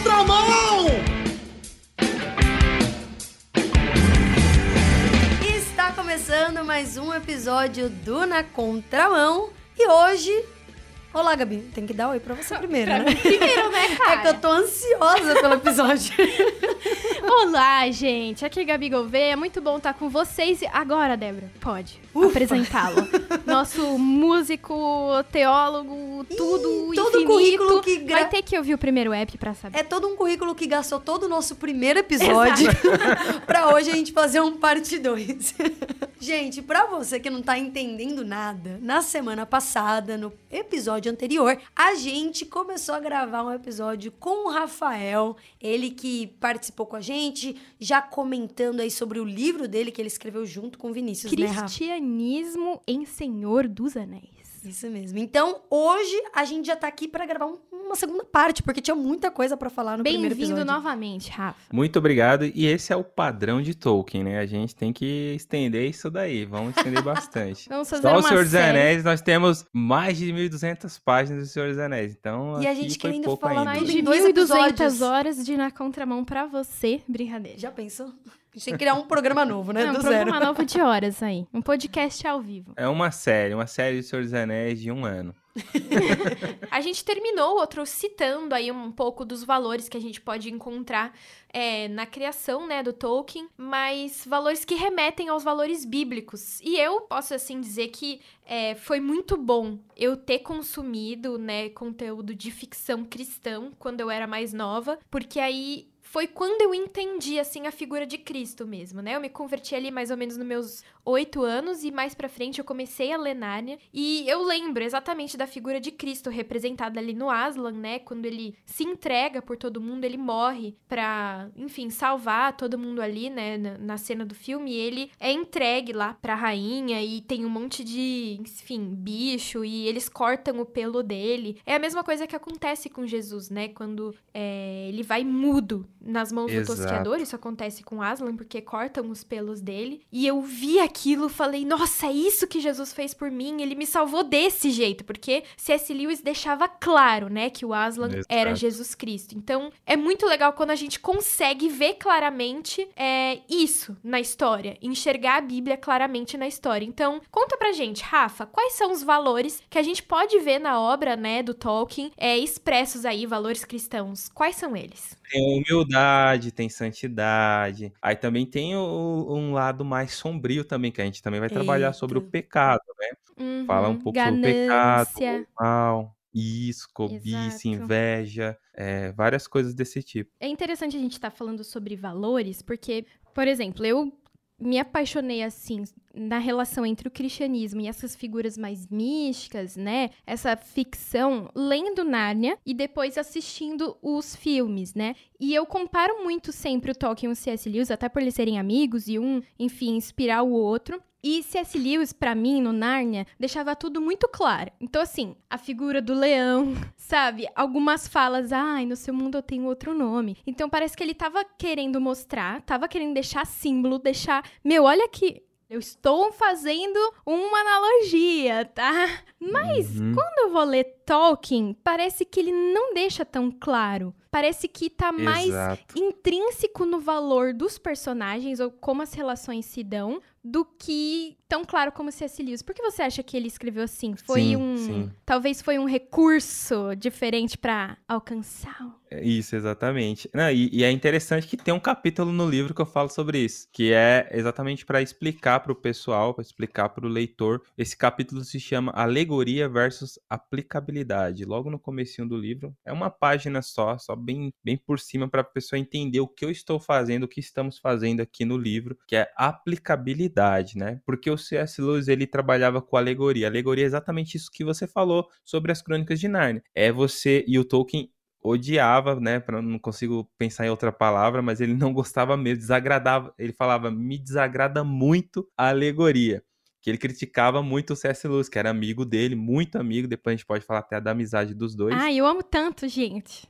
contramão! Está começando mais um episódio do Na Contramão. E hoje... Olá, Gabi. Tem que dar oi pra você primeiro, né? Primeiro, né, cara? É que eu tô ansiosa pelo episódio. Olá, gente. Aqui é Gabi Gouveia. É muito bom estar com vocês. E agora, Débora, pode apresentá-lo. Nosso músico, teólogo, tudo todo infinito. currículo que Vai ter que ouvir o primeiro app pra saber. É todo um currículo que gastou todo o nosso primeiro episódio pra hoje a gente fazer um parte 2. Gente, pra você que não tá entendendo nada, na semana passada, no episódio anterior, a gente começou a gravar um episódio com o Rafael, ele que participou com a gente, já comentando aí sobre o livro dele que ele escreveu junto com o Vinícius, né, Rafa? Cristianismo em Senhor dos Anéis. Isso mesmo. Então, hoje a gente já tá aqui pra gravar uma segunda parte, porque tinha muita coisa pra falar no primeiro episódio. Bem-vindo novamente, Rafa. Muito obrigado. E esse é o padrão de Tolkien, né? A gente tem que estender isso daí. Vamos estender bastante. Vamos fazer Só uma o Senhor dos série. Anéis, nós temos mais de 1.200 páginas do Senhor dos Anéis. Então, E a aqui gente foi querendo pouco falar ainda. Mais tudo de em 2 1.200 episódios. horas de Na Contramão pra você. Brincadeira. Já pensou? A gente tem que criar um programa novo, né? É um do zero. programa novo de horas aí. Um podcast ao vivo. É uma série do Senhor dos Anéis de 1 ano. A gente terminou o outro citando aí um pouco dos valores que a gente pode encontrar na criação, né, do Tolkien, mas valores que remetem aos valores bíblicos. E eu posso, assim, dizer que foi muito bom eu ter consumido, né, conteúdo de ficção cristã quando eu era mais nova, porque aí... foi quando eu entendi, assim, a figura de Cristo mesmo, né? Eu me converti ali mais ou menos nos meus 8 anos e mais pra frente eu comecei a ler Nárnia. E eu lembro exatamente da figura de Cristo representada ali no Aslan, né? Quando ele se entrega por todo mundo, ele morre pra, enfim, salvar todo mundo ali, né? Na cena do filme. E ele é entregue lá pra rainha e tem um monte de, enfim, bicho e eles cortam o pelo dele. É a mesma coisa que acontece com Jesus, né? Quando ele vai mudo nas mãos do Exato. tosqueador, isso acontece com Aslan, porque cortam os pelos dele, e eu vi aquilo, falei, nossa, é isso que Jesus fez por mim, ele me salvou desse jeito, porque C.S. Lewis deixava claro, né, que o Aslan Exato. era Jesus Cristo. Então, é muito legal quando a gente consegue ver claramente isso na história, enxergar a Bíblia claramente na história. Então, conta pra gente, Rafa, quais são os valores que a gente pode ver na obra, né, do Tolkien, expressos aí, valores cristãos, quais são eles? Tem humildade, tem santidade. Aí também tem um lado mais sombrio também, que a gente também vai trabalhar sobre o Eita. pecado, né? Fala um pouco sobre o pecado, o mal, isso, cobiça, Exato. inveja, várias coisas desse tipo. É interessante a gente estar falando sobre valores, porque, por exemplo, eu me apaixonei, assim, na relação entre o cristianismo e essas figuras mais místicas, né? Essa ficção, lendo Nárnia e depois assistindo os filmes, né? E eu comparo muito sempre o Tolkien e o C.S. Lewis, até por eles serem amigos e um, enfim, inspirar o outro. E C.S. Lewis, pra mim, no Nárnia, deixava tudo muito claro. Então, assim, a figura do leão, sabe? Algumas falas, ai, no seu mundo eu tenho outro nome. Então, parece que ele tava querendo mostrar, tava querendo deixar símbolo, meu, olha aqui, eu estou fazendo uma analogia, tá? Mas, quando eu vou ler Tolkien, parece que ele não deixa tão claro. Parece que tá mais Exato. intrínseco no valor dos personagens ou como as relações se dão do que tão claro como C.S. Lewis. Por que você acha que ele escreveu assim? Sim. Talvez foi um recurso diferente pra alcançar. Isso, exatamente. Não, e é interessante que tem um capítulo no livro que eu falo sobre isso, que é exatamente para explicar para o pessoal, para explicar para o leitor. Esse capítulo se chama Alegoria versus Aplicabilidade. Logo no comecinho do livro, é uma página só bem por cima para a pessoa entender o que eu estou fazendo, o que estamos fazendo aqui no livro, que é aplicabilidade, né? Porque o C.S. Lewis, ele trabalhava com alegoria. Alegoria é exatamente isso que você falou sobre as Crônicas de Nárnia. É você e o Tolkien odiava, né, não consigo pensar em outra palavra, mas ele não gostava mesmo, desagradava, ele falava, me desagrada muito a alegoria, que ele criticava muito o C.S. Lewis, que era amigo dele, muito amigo, depois a gente pode falar até da amizade dos dois. Ah, eu amo tanto, gente.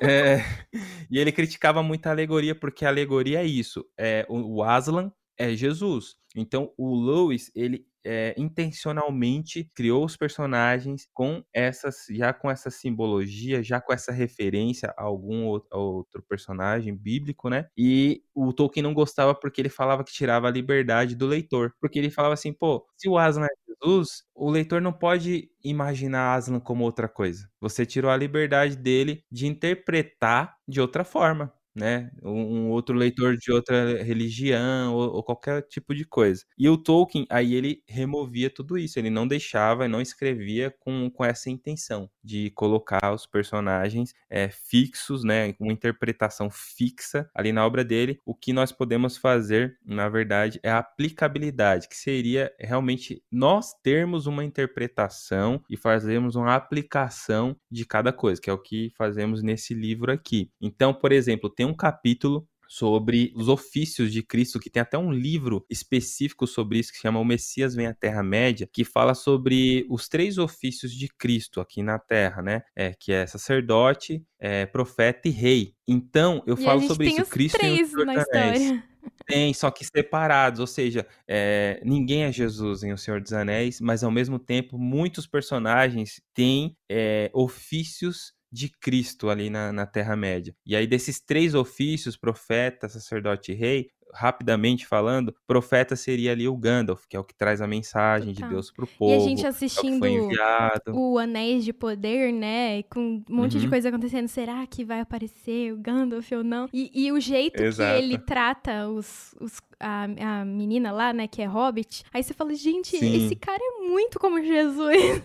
E ele criticava muito a alegoria, porque a alegoria é isso, o Aslan é Jesus. Então, o Lewis, ele intencionalmente criou os personagens já com essa simbologia, já com essa referência a algum outro personagem bíblico, né? E o Tolkien não gostava porque ele falava que tirava a liberdade do leitor. Porque ele falava assim, pô, se o Aslan é Jesus, o leitor não pode imaginar Aslan como outra coisa. Você tirou a liberdade dele de interpretar de outra forma, né? Um outro leitor de outra religião ou qualquer tipo de coisa. E o Tolkien, aí ele removia tudo isso. Ele não deixava e não escrevia com essa intenção de colocar os personagens fixos, né? Com uma interpretação fixa ali na obra dele. O que nós podemos fazer, na verdade, é a aplicabilidade, que seria realmente nós termos uma interpretação e fazermos uma aplicação de cada coisa, que é o que fazemos nesse livro aqui. Então, por exemplo, tem um capítulo sobre os ofícios de Cristo, que tem até um livro específico sobre isso, que se chama O Messias Vem à Terra-média, que fala sobre os 3 ofícios de Cristo aqui na Terra, né? Que é sacerdote, profeta e rei. Então, eu falo sobre isso, Cristo e os Senhor dos Anéis. Tem, só que separados, ou seja, ninguém é Jesus em O Senhor dos Anéis, mas ao mesmo tempo muitos personagens têm ofícios de Cristo ali na Terra-média. E aí desses 3 ofícios, profeta, sacerdote e rei, rapidamente falando, profeta seria ali o Gandalf, que é o que traz a mensagem de Deus pro povo. E a gente assistindo é o que foi enviado. o Anéis de Poder, né, com um monte de coisa acontecendo, será que vai aparecer o Gandalf ou não? E o jeito que ele trata a menina lá, né, que é Hobbit, aí você fala, gente, esse cara é muito como Jesus.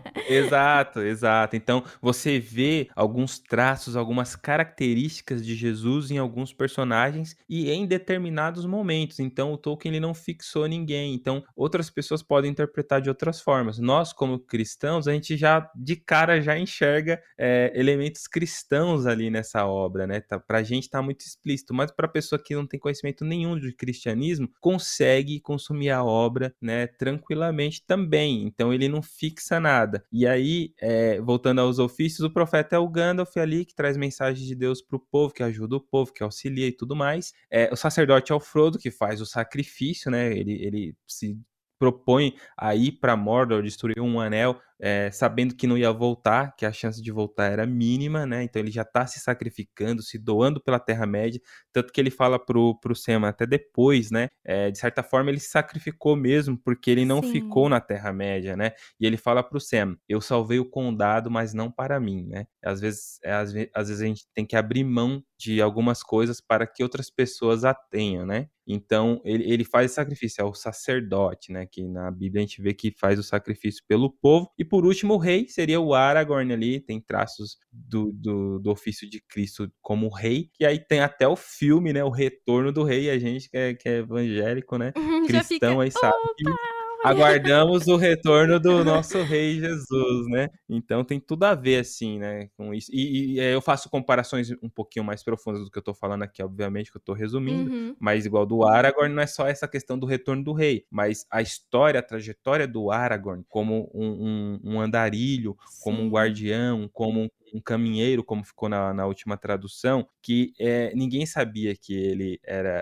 Exato. Então, você vê alguns traços, algumas características de Jesus em alguns personagens e em determinados momentos. Então, o Tolkien ele não fixou ninguém. Então, outras pessoas podem interpretar de outras formas. Nós, como cristãos, a gente já, de cara, já enxerga elementos cristãos ali nessa obra, né? Pra gente tá muito explícito, mas pra pessoa que não tem conhecimento nenhum de cristianismo, consegue consumir a obra, né, tranquilamente também. Então, ele não fixa nada. E aí, voltando aos ofícios, o profeta é o Gandalf ali, que traz mensagens de Deus pro povo, que ajuda o povo, que auxilia e tudo mais. O sacerdote é o Frodo, que faz o sacrifício, né? Ele se propõe a ir para Mordor, destruir um anel, sabendo que não ia voltar, que a chance de voltar era mínima, né? Então ele já está se sacrificando, se doando pela Terra-média, tanto que ele fala pro Sam até depois, né? De certa forma ele se sacrificou mesmo, porque ele não ficou na Terra-média, né? E ele fala pro Sam, eu salvei o condado, mas não para mim, né? Às vezes a gente tem que abrir mão de algumas coisas para que outras pessoas a tenham, né? Então, ele faz sacrifício, é o sacerdote, né? Que na Bíblia a gente vê que faz o sacrifício pelo povo. E por último, o rei seria o Aragorn ali, tem traços do ofício de Cristo como rei. E aí tem até o filme, né? O Retorno do Rei. A gente que é evangélico, né? Cristão aí sabe que aguardamos o retorno do nosso Rei Jesus, né? Então tem tudo a ver, assim, né, com isso. E eu faço comparações um pouquinho mais profundas do que eu tô falando aqui, obviamente, que eu tô resumindo, mas igual do Aragorn, não é só essa questão do retorno do rei, mas a história, a trajetória do Aragorn como um andarilho, como um guardião, como um caminheiro, como ficou na última tradução, que ninguém sabia que ele era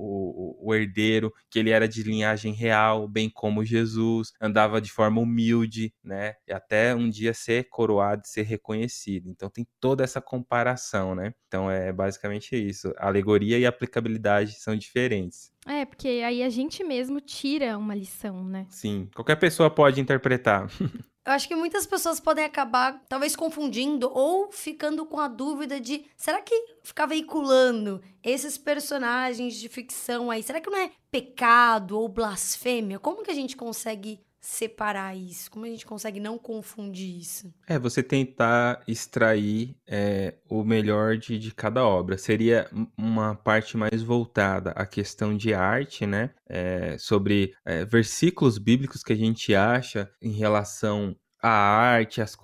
o herdeiro, que ele era de linhagem real, bem como Jesus, andava de forma humilde, né, e até um dia ser coroado, ser reconhecido. Então tem toda essa comparação, né? Então é basicamente isso. A alegoria e a aplicabilidade são diferentes. Porque aí a gente mesmo tira uma lição, né? Sim, qualquer pessoa pode interpretar. Eu acho que muitas pessoas podem acabar, talvez, confundindo ou ficando com a dúvida de, será que ficar veiculando esses personagens de ficção aí, será que não é pecado ou blasfêmia? Como que a gente consegue separar isso? Como a gente consegue não confundir isso? Você tentar extrair o melhor de cada obra. Seria uma parte mais voltada à questão de arte, né? Sobre versículos bíblicos que a gente acha em relação à arte, as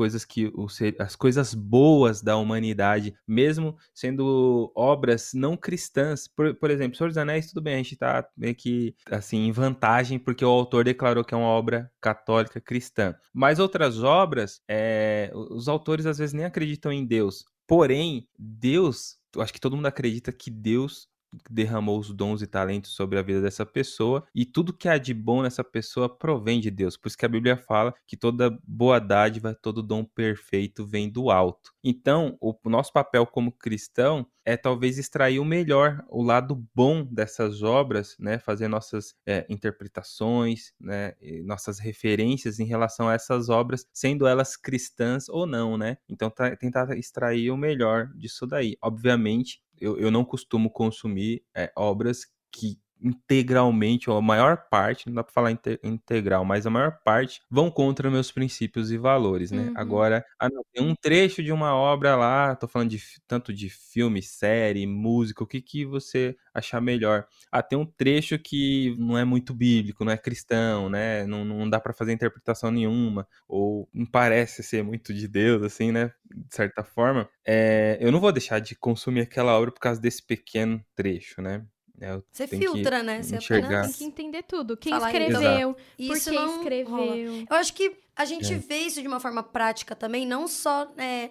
coisas boas da humanidade, mesmo sendo obras não cristãs. Por exemplo, Senhor dos Anéis, tudo bem, a gente tá meio que assim, em vantagem, porque o autor declarou que é uma obra católica cristã. Mas outras obras, os autores às vezes nem acreditam em Deus. Porém, Deus, eu acho que todo mundo acredita que Deus derramou os dons e talentos sobre a vida dessa pessoa, e tudo que há de bom nessa pessoa provém de Deus. Por isso que a Bíblia fala que toda boa dádiva, todo dom perfeito vem do alto. Então, o nosso papel como cristão é talvez extrair o melhor, o lado bom dessas obras, né? Fazer nossas interpretações, né? E nossas referências em relação a essas obras, sendo elas cristãs ou não, né? Então, tentar extrair o melhor disso daí. Obviamente, eu não costumo consumir obras que integralmente, ou a maior parte, não dá pra falar integral, mas a maior parte vão contra meus princípios e valores, né? Agora, não, tem um trecho de uma obra lá, tô falando tanto de filme, série, música, o que você achar melhor. Tem um trecho que não é muito bíblico, não é cristão, né? Não dá pra fazer interpretação nenhuma, ou não parece ser muito de Deus, assim, né? De certa forma. Eu não vou deixar de consumir aquela obra por causa desse pequeno trecho, né? Eu Você tenho que filtra, né? Você enxergar. Tem que entender tudo. Quem Falar em escreveu, por Isso que não rola. escreveu. Eu acho que a gente vê isso de uma forma prática também, não só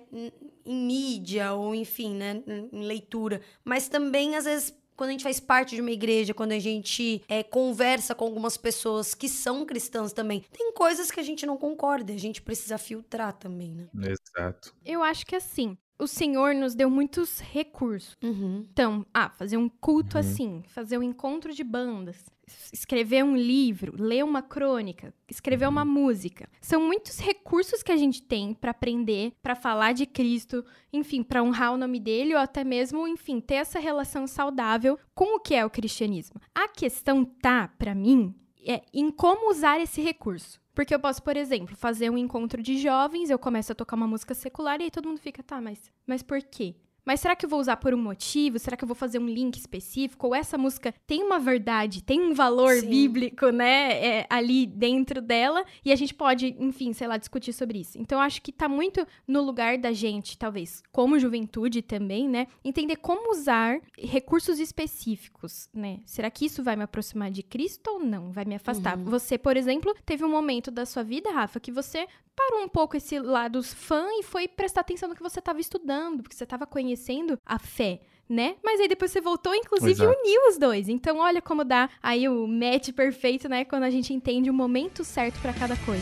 em mídia ou, enfim, né, em leitura, mas também, às vezes, quando a gente faz parte de uma igreja, quando a gente conversa com algumas pessoas que são cristãs também, tem coisas que a gente não concorda, a gente precisa filtrar também, né? Exato. Eu acho que assim, o Senhor nos deu muitos recursos. Então, fazer um culto assim, fazer um encontro de bandas, escrever um livro, ler uma crônica, escrever uma música. São muitos recursos que a gente tem para aprender, para falar de Cristo, enfim, para honrar o nome dele ou até mesmo, enfim, ter essa relação saudável com o que é o cristianismo. A questão tá, para mim, em como usar esse recurso. Porque eu posso, por exemplo, fazer um encontro de jovens, eu começo a tocar uma música secular e aí todo mundo fica, mas por quê? Mas será que eu vou usar por um motivo? Será que eu vou fazer um link específico? Ou essa música tem uma verdade, tem um valor bíblico, né, ali dentro dela? E a gente pode, enfim, sei lá, discutir sobre isso. Então, eu acho que tá muito no lugar da gente, talvez, como juventude também, né? Entender como usar recursos específicos, né? Será que isso vai me aproximar de Cristo ou não? Vai me afastar? Você, por exemplo, teve um momento da sua vida, Rafa, que você parou um pouco esse lado fã e foi prestar atenção no que você estava estudando, porque você estava conhecendo a fé, né? Mas aí depois você voltou, inclusive, e uniu os dois. Então, olha como dá aí o match perfeito, né? Quando a gente entende o momento certo para cada coisa.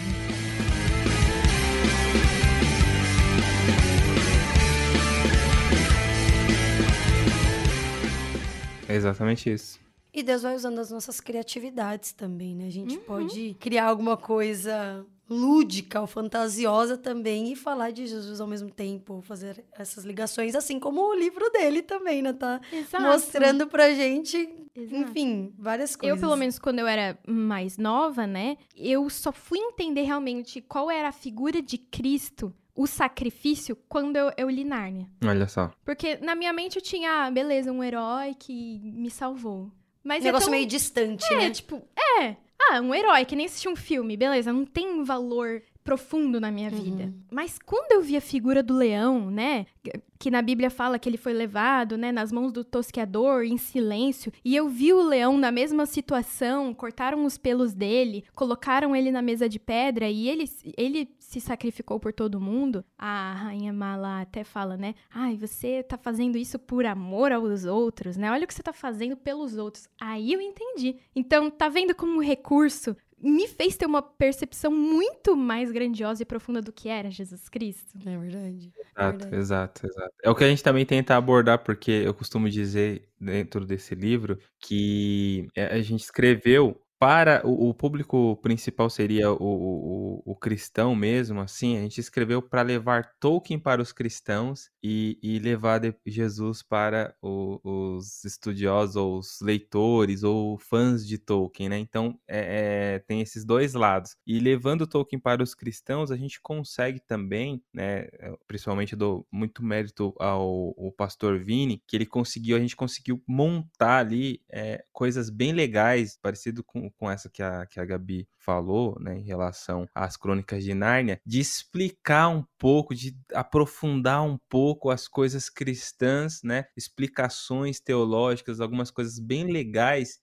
É exatamente isso. E Deus vai usando as nossas criatividades também, né? A gente pode criar alguma coisa lúdica ou fantasiosa também e falar de Jesus ao mesmo tempo, fazer essas ligações, assim como o livro dele também, né? Tá mostrando pra gente, enfim, várias coisas. Eu, pelo menos, quando eu era mais nova, né? Eu só fui entender realmente qual era a figura de Cristo, o sacrifício, quando eu li Nárnia. Olha só. Porque na minha mente eu tinha, beleza, um herói que me salvou. Mas negócio meio distante, né? Um herói, que nem assistir um filme, beleza, não tem um valor profundo na minha vida. Mas quando eu vi a figura do leão, né, que na Bíblia fala que ele foi levado, né, nas mãos do tosqueador, em silêncio, e eu vi o leão na mesma situação, cortaram os pelos dele, colocaram ele na mesa de pedra e ele se sacrificou por todo mundo. A rainha Mala até fala, né, você tá fazendo isso por amor aos outros, né, olha o que você tá fazendo pelos outros. Aí eu entendi. Então, tá vendo como um recurso me fez ter uma percepção muito mais grandiosa e profunda do que era Jesus Cristo. É verdade. Exato. É o que a gente também tenta abordar, porque eu costumo dizer dentro desse livro que a gente escreveu para o público principal seria o cristão mesmo, assim, a gente escreveu para levar Tolkien para os cristãos e levar Jesus para os estudiosos, ou os leitores, ou fãs de Tolkien, né? Então, tem esses dois lados. E levando Tolkien para os cristãos, a gente consegue também, né, principalmente dou muito mérito ao pastor Vini, que a gente conseguiu montar ali coisas bem legais, parecido com essa que a Gabi falou, né, em relação às Crônicas de Nárnia, de explicar um pouco, de aprofundar um pouco as coisas cristãs, né, explicações teológicas, algumas coisas bem legais,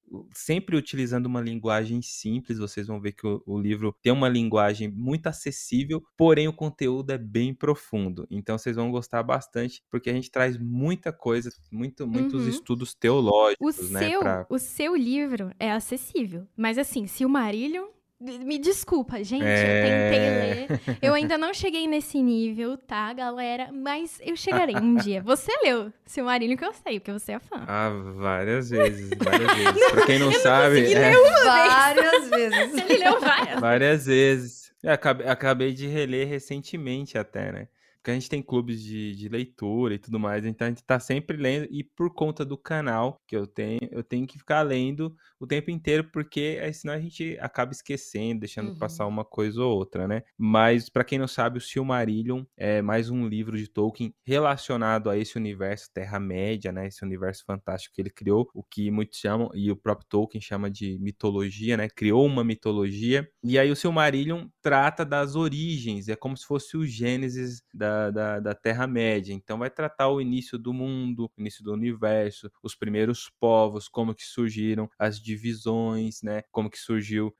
sempre utilizando uma linguagem simples. Vocês vão ver que o livro tem uma linguagem muito acessível, porém o conteúdo é bem profundo. Então vocês vão gostar bastante, porque a gente traz muita coisa, muitos estudos teológicos, né? O seu livro é acessível, mas assim, Silmarillion, me desculpa, gente, eu tentei ler. Eu ainda não cheguei nesse nível, tá, galera? Mas eu chegarei um dia. Você leu Silmarillion, que eu sei, porque você é fã. Várias vezes. Pra quem não sabe... Várias vezes. Ele leu várias. Várias vezes. Eu acabei de reler recentemente até, né? Porque a gente tem clubes de leitura e tudo mais, então a gente tá sempre lendo, e por conta do canal que eu tenho que ficar lendo o tempo inteiro, porque senão a gente acaba esquecendo, deixando passar uma coisa ou outra, né? Mas pra quem não sabe, o Silmarillion é mais um livro de Tolkien relacionado a esse universo Terra-média, né? Esse universo fantástico que ele criou, o que muitos chamam, e o próprio Tolkien chama de mitologia, né? Criou uma mitologia, e aí o Silmarillion trata das origens, é como se fosse o Gênesis da Terra-média. Então vai tratar o início do mundo, o início do universo, os primeiros povos, como que surgiram as divisões, né? Como que surgiu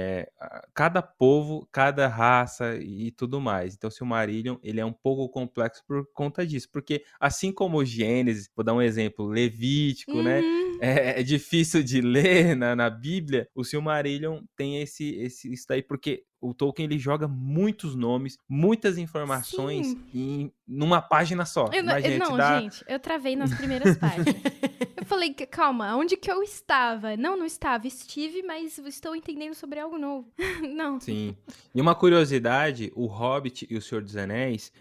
cada povo, cada raça e tudo mais. Então o Silmarillion, ele é um pouco complexo por conta disso, porque assim como o Gênesis, vou dar um exemplo, Levítico, né? É difícil de ler na Bíblia, o Silmarillion tem isso daí, porque o Tolkien, ele joga muitos nomes, muitas informações numa página só. Gente, eu travei nas primeiras páginas. Eu falei, calma, onde que eu estava? Não estava, estive, mas estou entendendo sobre algo novo. Não. Sim. E uma curiosidade, o Hobbit e o Senhor dos Anéis,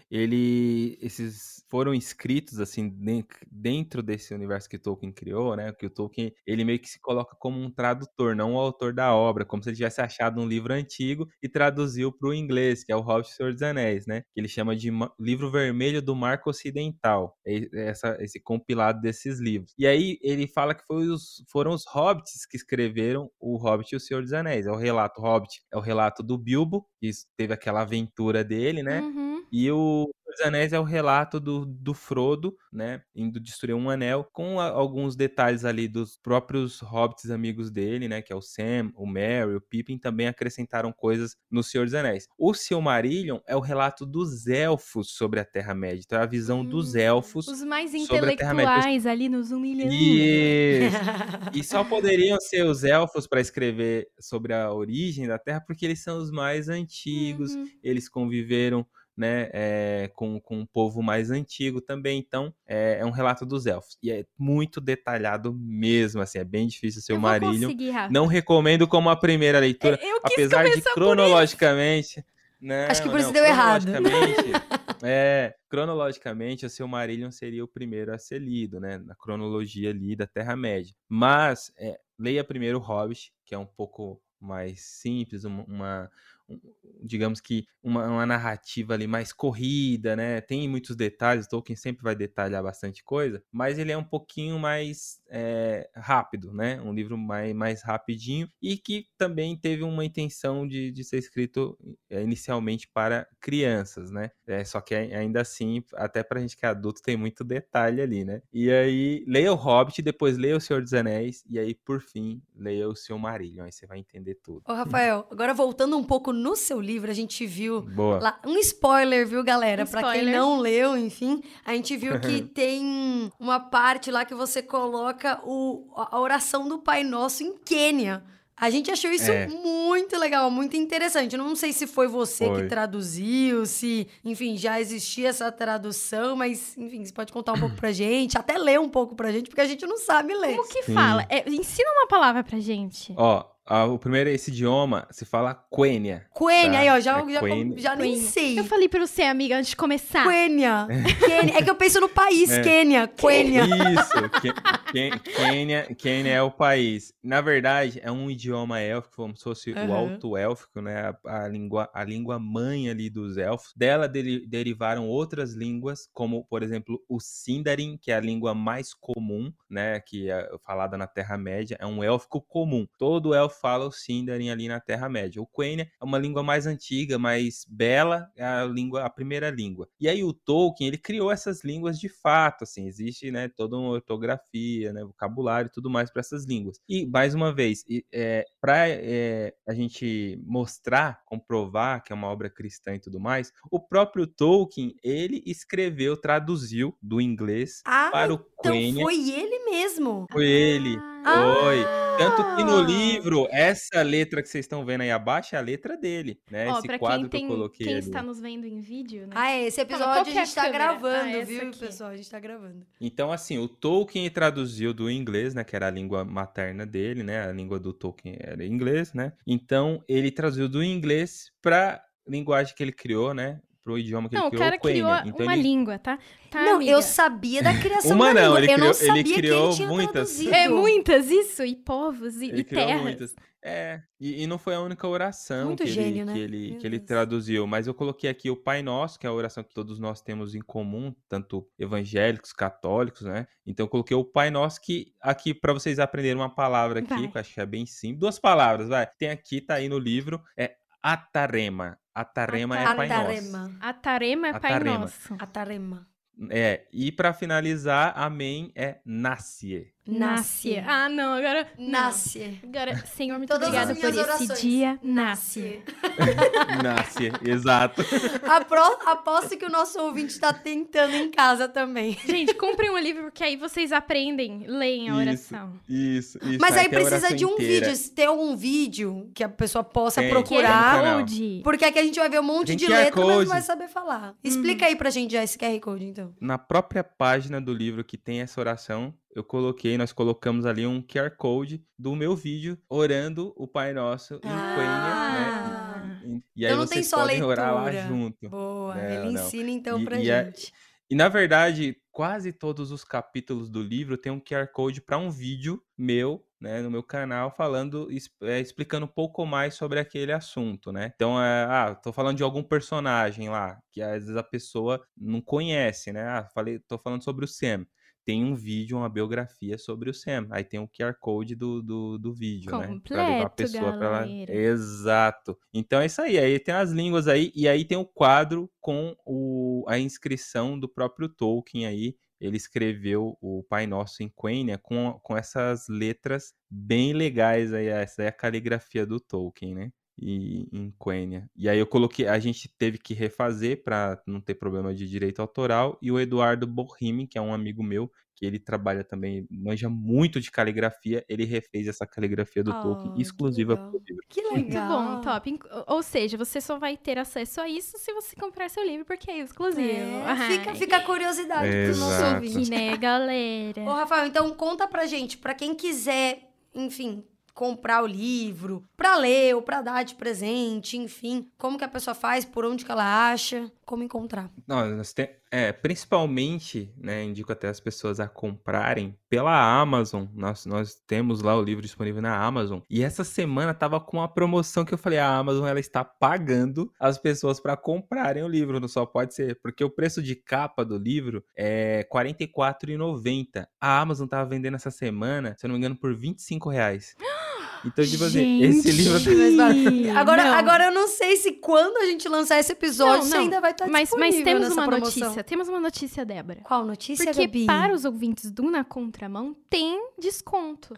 esses foram escritos, assim, dentro desse universo que Tolkien criou, né? Que o Tolkien, ele meio que se coloca como um tradutor, não o autor da obra, como se ele tivesse achado um livro antigo e traduziu para o inglês, que é o Hobbit e o Senhor dos Anéis, né? Que ele chama de Livro Vermelho do Marco Ocidental, esse compilado desses livros. E aí ele fala que foram os hobbits que escreveram o Hobbit e o Senhor dos Anéis. É o relato Hobbit, é o relato do Bilbo, que teve aquela aventura dele, né? E o Senhor dos Anéis é o relato do Frodo, né? Indo destruir um anel, com alguns detalhes ali dos próprios hobbits amigos dele, né? Que é o Sam, o Merry, o Pippin, também acrescentaram coisas no Senhor dos Anéis. O Silmarillion é o relato dos elfos sobre a Terra-média. Então é a visão dos elfos. Os mais sobre intelectuais ali nos humilhando. Isso. E só poderiam ser os elfos para escrever sobre a origem da Terra, porque eles são os mais antigos, eles conviveram, né, com um povo mais antigo também. Então é um relato dos elfos, e é muito detalhado mesmo, assim, é bem difícil ser o Silmarillion. Não recomendo como a primeira leitura, apesar de cronologicamente, acho que por isso deu errado. Cronologicamente, o Silmarillion seria o primeiro a ser lido, né, na cronologia ali da Terra-média. Mas leia primeiro o Hobbit, que é um pouco mais simples, digamos que uma narrativa ali mais corrida, né? Tem muitos detalhes, Tolkien sempre vai detalhar bastante coisa, mas ele é um pouquinho mais rápido, né? Um livro mais rapidinho, e que também teve uma intenção de ser escrito inicialmente para crianças, né? Só que ainda assim, até pra gente que é adulto, tem muito detalhe ali, né? E aí, leia o Hobbit, depois leia o Senhor dos Anéis, e aí, por fim, leia o Silmarillion, aí você vai entender tudo. Ô, Rafael, agora voltando um pouco no seu livro, a gente viu lá um spoiler, viu, galera? Pra quem não leu, enfim, a gente viu que tem uma parte lá que você coloca a oração do Pai Nosso em Quênia. A gente achou isso muito legal, muito interessante. Eu não sei se foi você que traduziu, se, enfim, já existia essa tradução, mas, enfim, você pode contar um pouco pra gente, até ler um pouco pra gente, porque a gente não sabe ler. Como que fala? Ensina uma palavra pra gente. O primeiro, esse idioma, se fala Quenya. Quenya, tá? aí, ó, já nem sei. Eu falei pra você, amiga, antes de começar. Quenya. É que eu penso no país, Quênia. Quenya. Isso, Quênia é o país. Na verdade, é um idioma élfico, como se fosse o alto-élfico, né? A língua mãe ali dos elfos. Dela derivaram outras línguas, como, por exemplo, o Sindarin, que é a língua mais comum, né? Que é falada na Terra-média. É um élfico comum. Todo elfo fala o Sindarin ali na Terra-média. O Quenya é uma língua mais antiga, mais bela, é a primeira língua. E aí o Tolkien, ele criou essas línguas de fato, assim, existe, né, toda uma ortografia, né, vocabulário e tudo mais para essas línguas. E, mais uma vez, para a gente mostrar, comprovar que é uma obra cristã e tudo mais, o próprio Tolkien, ele escreveu, traduziu do inglês para o Quenya. Então foi ele mesmo. Foi ele, foi. Tanto que no livro, essa letra que vocês estão vendo aí abaixo é a letra dele, né? Ó, Esse pra quadro quem que eu coloquei ali. está nos vendo em vídeo, né? Esse qual episódio que é a a gente tá câmera? gravando, essa viu, aqui. pessoal? A gente tá gravando. Então, assim, o Tolkien traduziu do inglês, né? Que era a língua materna dele, né? A língua do Tolkien era inglês, né? Então, ele traduziu do inglês pra linguagem que ele criou, né? Pro idioma que Não, ele o criou, cara o Quenya. criou Então, uma ele... língua, tá? Não, amiga? eu sabia da criação Uma da não, língua. ele Eu não criou- sabia ele que criou ele tinha muitas. traduzido. É muitas, isso, e povos, Ele e criou terras. muitas. E não foi a única oração Muito que gênio, ele, né? que ele, Meu que ele Deus. traduziu, mas eu coloquei aqui o Pai Nosso, que é a oração que todos nós temos em comum, tanto evangélicos, católicos, né? Então eu coloquei o Pai Nosso, que aqui para vocês aprenderem uma palavra aqui, Vai. que eu acho que é bem simples. 2 palavras, vai. Tem aqui, tá aí no livro, é Atarema. Atarema é Pai Nosso. Atarema. Atarema é Pai Atarema. Nosso. Atarema. E para finalizar, Amém é Nasce. Nasce. Ah, não, agora... não. Nasce. Agora, Senhor, muito Todas obrigada as por minhas esse orações. dia. Nasce. Nasce, exato. Aposto que o nosso ouvinte tá tentando em casa também. Gente, comprem um livro, porque aí vocês aprendem, leem a oração. Isso. Mas aí tem a precisa oração de um inteira. vídeo. Tem algum vídeo que a pessoa possa Tem. procurar. Tem no canal. Code. Porque aqui a gente vai ver um monte Tem de QR letra, mas não Code. vai saber falar. Explica aí pra gente já esse QR Code, então. Na própria página do livro que tem essa oração, nós colocamos ali um QR Code do meu vídeo orando o Pai Nosso em Quenya, né? E aí Então não tem vocês só podem orar lá leitura. junto. Boa, Não, ele não. ensina então pra E gente. E na verdade, quase todos os capítulos do livro tem um QR Code para um vídeo meu, né, no meu canal, explicando um pouco mais sobre aquele assunto, né? Então, tô falando de algum personagem lá, que às vezes a pessoa não conhece, né? Tô falando sobre o Sam. Tem um vídeo, uma biografia sobre o Sam. Aí tem o QR Code do vídeo, né? Pra levar a Completo, pessoa pra lá. galera. Exato. Então é isso aí. Aí tem as línguas aí. E aí tem o quadro com a inscrição do próprio Tolkien aí. Ele escreveu o Pai Nosso em Quenya com essas letras bem legais aí. Essa é a caligrafia do Tolkien, né? E em Quenya. E aí a gente teve que refazer para não ter problema de direito autoral, e o Eduardo Bohimi, que é um amigo meu, que ele trabalha também, manja muito de caligrafia, ele refez essa caligrafia do Tolkien que exclusiva legal. para o livro. Que Muito legal. bom, top. Ou seja, você só vai ter acesso a isso se você comprar seu livro, porque é exclusivo. Fica a curiosidade pro nosso Exato. ouvinte. Que, né, galera? Ô, Rafael, então conta pra gente, pra quem quiser, enfim, comprar o livro, pra ler ou pra dar de presente, enfim, como que a pessoa faz, por onde que ela acha, como encontrar. Principalmente, né, indico até as pessoas a comprarem pela Amazon. Nós temos lá o livro disponível na Amazon. E essa semana tava com uma promoção que eu falei, a Amazon ela está pagando as pessoas para comprarem o livro, não só pode ser, porque o preço de capa do livro é R$ 44,90. A Amazon tava vendendo essa semana, se eu não me engano, por R$25. Então, tipo assim, esse livro... Agora eu não sei se quando a gente lançar esse episódio, você ainda vai estar disponível Mas temos nessa uma promoção. notícia. Temos uma notícia, Débora. Qual notícia, Porque Gabi? para os ouvintes do Na Contramão, tem desconto.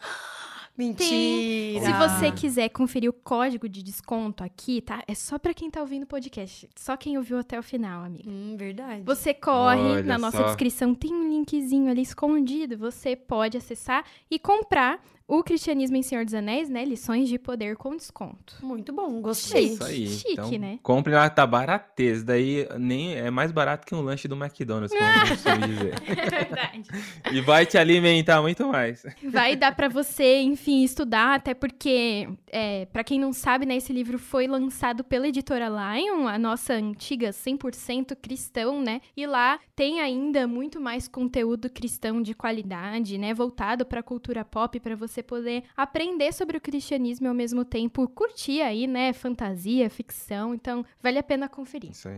Mentira! Se você quiser conferir o código de desconto aqui, tá? É só pra quem tá ouvindo o podcast. Só quem ouviu até o final, amiga. Verdade. Você corre, Olha na nossa só. descrição tem um linkzinho ali escondido. Você pode acessar e comprar o Cristianismo em Senhor dos Anéis, né? Lições de Poder com desconto. Muito bom, gostei. Isso aí. Chique, Então, né? compre lá, tá baratez. Daí nem é mais barato que um lanche do McDonald's, como eu costumo dizer. É verdade. E vai te alimentar muito mais. Vai dar pra você, enfim, estudar, até porque, pra quem não sabe, né, esse livro foi lançado pela editora Lion, a nossa antiga 100% cristão, né? E lá tem ainda muito mais conteúdo cristão de qualidade, né? Voltado pra cultura pop, pra você poder aprender sobre o cristianismo e ao mesmo tempo curtir aí, né? Fantasia, ficção. Então, vale a pena conferir. Isso aí.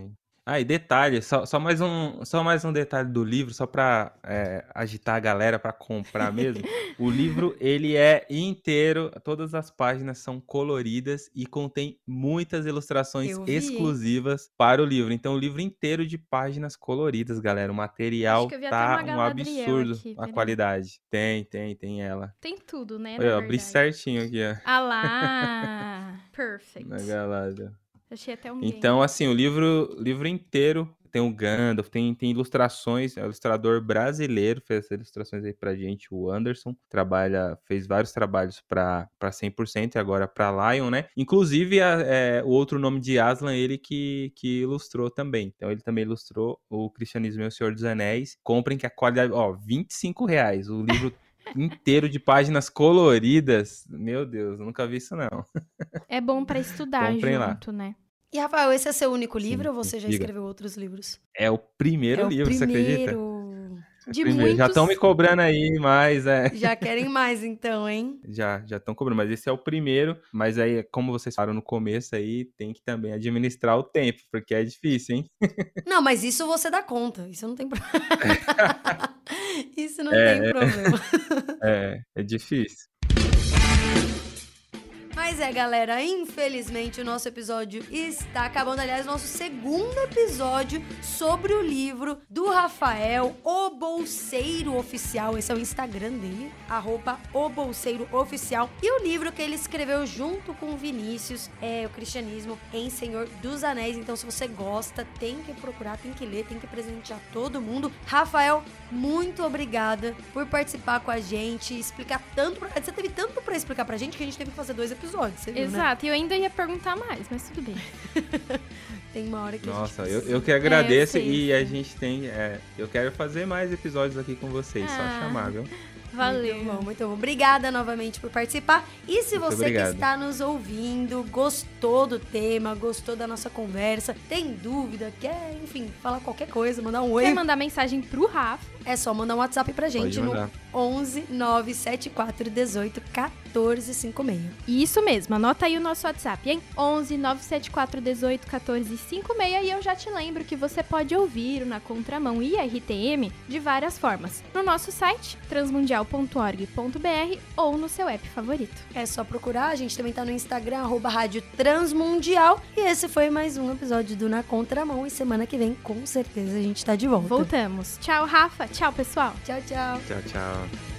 Ah, e detalhe, só mais um detalhe do livro, só pra agitar a galera pra comprar mesmo. O livro, ele é inteiro, todas as páginas são coloridas e contém muitas ilustrações Eu vi, hein? exclusivas para o livro. Então, o livro inteiro de páginas coloridas, galera. O Acho material que eu vi até tá uma um Galadriel absurdo aqui, a peraí. qualidade. Tem ela. Tem tudo, né, Olha, na eu abri verdade. certinho aqui, ó, Ah lá! Perfect. na Galadriel. Achei até um Então, game. assim, o livro inteiro tem o Gandalf, tem ilustrações, é um ilustrador brasileiro, fez essas ilustrações aí pra gente, o Anderson, fez vários trabalhos pra 100% e agora pra Lion, né? Inclusive, o outro nome de Aslan, ele que ilustrou também. Então, ele também ilustrou o Cristianismo e o Senhor dos Anéis. Comprem que a qualidade, ó, R$25, o livro inteiro de páginas coloridas. Meu Deus, eu nunca vi isso não. É bom pra estudar Comprem lá. junto, né? E, Rafael, esse é seu único Sim, livro ou sim. você já Diga. escreveu outros livros? É o primeiro É o livro, você acredita? primeiro. De Primeiro. Já estão me muitos... cobrando aí, mas Já querem mais, então, hein? já estão cobrando, mas esse é o primeiro. Mas aí, como vocês falaram no começo aí, tem que também administrar o tempo, porque é difícil, hein? Não, mas isso você dá conta. Isso não tem problema. Isso não tem problema. É difícil. Mas galera, infelizmente o nosso episódio está acabando. Aliás, nosso segundo episódio sobre o livro do Rafael, O Bolseiro Oficial. Esse é o Instagram dele, @obolseirooficial. E o livro que ele escreveu junto com o Vinícius é O Cristianismo em Senhor dos Anéis. Então, se você gosta, tem que procurar, tem que ler, tem que presentear todo mundo. Rafael, muito obrigada por participar com a gente, explicar tanto. Você teve tanto pra explicar pra gente que a gente teve que fazer 2 episódios, você viu, né? Exato, e eu ainda ia perguntar mais, mas tudo bem. Tem uma hora que Nossa, a gente eu que agradeço sei, e eu a sei. gente tem. Eu quero fazer mais episódios aqui com vocês, só Ah. chamar, viu? Valeu. Muito bom, muito bom. Obrigada novamente por participar. E se Muito você obrigado. que está nos ouvindo, gostou do tema, gostou da nossa conversa, tem dúvida, quer, enfim, falar qualquer coisa, mandar um oi, Quer mandar mensagem pro Rafa? é só mandar um WhatsApp pra gente Pode no mandar. 11 974 18 14 56. Isso mesmo, anota aí o nosso WhatsApp, hein? 11 974 18 14 56 e eu já te lembro que você pode ouvir o Na Contramão e a RTM de várias formas. No nosso site, transmundial.org.br ou no seu app favorito. É só procurar, a gente também tá no Instagram, @Rádio Transmundial. E esse foi mais um episódio do Na Contramão. E semana que vem, com certeza, a gente tá de volta. Voltamos. Tchau, Rafa. Tchau, pessoal. Tchau, tchau. Tchau, tchau.